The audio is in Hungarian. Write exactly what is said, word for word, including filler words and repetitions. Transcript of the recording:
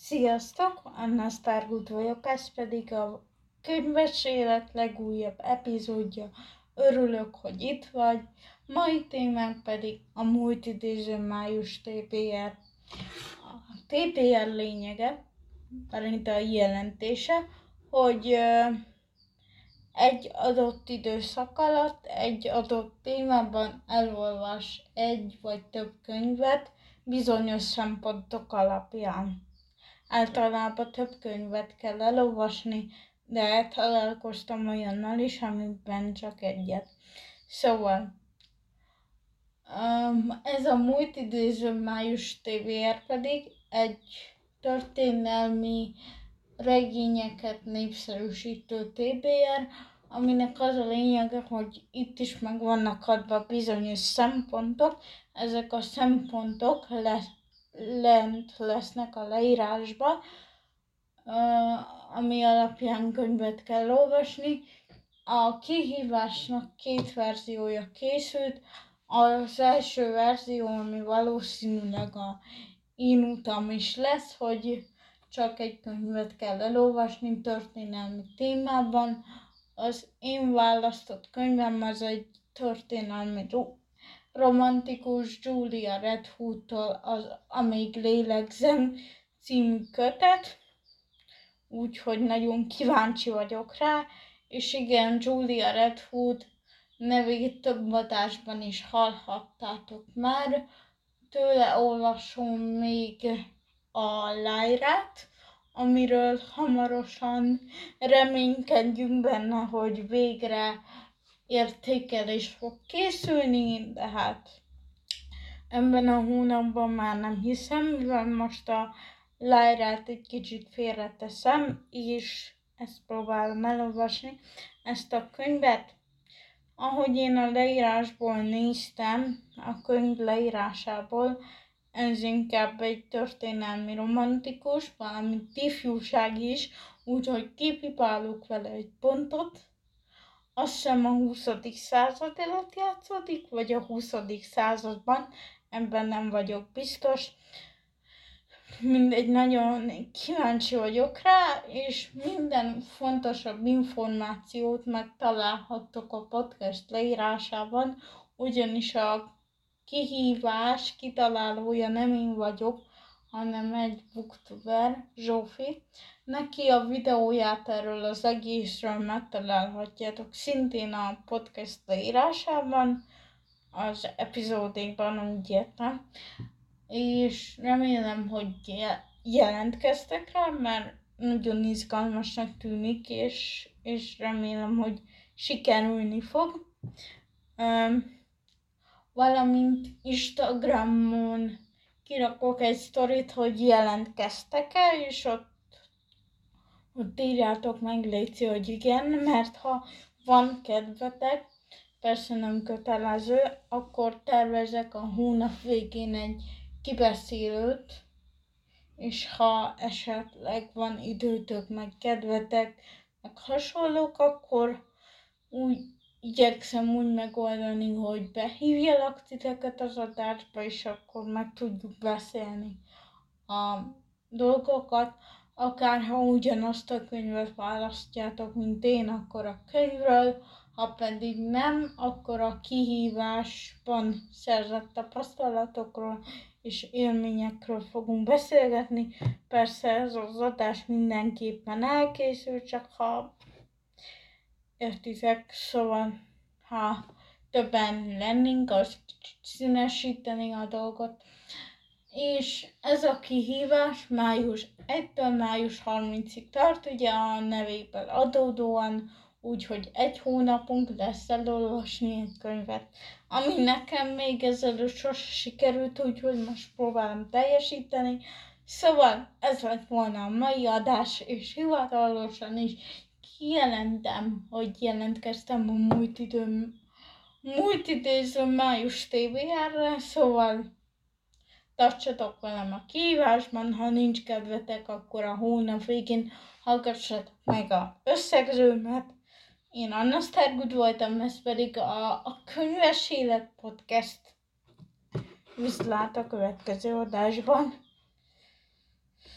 Sziasztok, Anna Stargut vagyok, ez pedig a Könyves Élet legújabb epizódja. Örülök, hogy itt vagy. Mai témánk pedig a múlt idéző május té pé er. A té pé er lényege, mármint a jelentése, hogy egy adott időszak alatt, egy adott témában elolvas egy vagy több könyvet bizonyos szempontok alapján. Általában több könyvet kell elolvasni, de találkoztam olyannal is, amiben csak egyet. Szóval, ez a múlt idéző május té pé er pedig egy történelmi regényeket népszerűsítő té pé er, aminek az a lényege, hogy itt is meg vannak adva bizonyos szempontok, ezek a szempontok lesz, lent lesznek a leírásba, ami alapján könyvet kell olvasni. A kihívásnak két verziója készült. Az első verzió, ami valószínűleg a én utam is lesz, hogy csak egy könyvet kell elolvasni történelmi témában. Az én választott könyvem az egy történelmi romantikus Julia Redwood-tól az Amíg lélegzem című kötet, úgyhogy nagyon kíváncsi vagyok rá, és igen, Julia Redwood nevét több adásban is hallhattátok már. Tőle olvasom még a Lyrát, amiről hamarosan reménykedjünk benne, hogy végre értékelés fog készülni, de hát ebben a hónapban már nem hiszem, mivel most a Lyrát egy kicsit félreteszem, és ezt próbálom elolvasni, ezt a könyvet. Ahogy én a leírásból néztem, a könyv leírásából, ez inkább egy történelmi romantikus, valami ifjúság is, úgyhogy kipipálok vele egy pontot. Azt hiszem a huszadik század előtt játszódik, vagy a huszadik században, ebben nem vagyok biztos. Mindegy, nagyon kíváncsi vagyok rá, és minden fontosabb információt megtalálhattok a podcast leírásában, ugyanis a kihívás kitalálója nem én vagyok, hanem egy booktuber, Zsófi. Neki a videóját erről az egészről megtalálhatjátok szintén a podcast leírásában, az epizódékban, úgy értem. És remélem, hogy jelentkeztek rá, mert nagyon izgalmasnak tűnik, és, és remélem, hogy sikerülni fog. Um, valamint Instagramon kirakok egy sztorit, hogy jelentkeztek-e, és ott, ott írjátok meg, légy, hogy igen, mert ha van kedvetek, persze nem kötelező, akkor tervezek a hónap végén egy kibeszélőt, és ha esetleg van időtök, meg kedvetek, meg hasonlók, akkor úgy igyekszem úgy megoldani, hogy behívjalak titeket az adásba, és akkor meg tudjuk beszélni a dolgokat. Akár ha ugyanazt a könyvet választjátok, mint én, akkor a könyvről, ha pedig nem, akkor a kihívásban szerzett tapasztalatokról és élményekről fogunk beszélgetni. Persze ez az adás mindenképpen elkészül, csak ha értitek, szóval ha többen lennénk, az színesíteni a dolgot. És ez a kihívás május elsejétől május harmincadikáig tart, ugye a nevéből adódóan, úgyhogy egy hónapunk lesz elolvasni egy könyvet, ami nekem még ezelőtt sose sikerült, úgyhogy most próbálom teljesíteni. Szóval ez lett volna a mai adás, és hivatalosan is kijelentem, hogy jelentkeztem a múlt időm, múlt idéző május té pé erre, szóval tartsatok velem a kihívásban, ha nincs kedvetek, akkor a hónap végén hallgassatok meg a összegzőmet. Én Anna Stargut voltam, ez pedig a, a Könyves Élet podcast. Viszlát a következő adásban.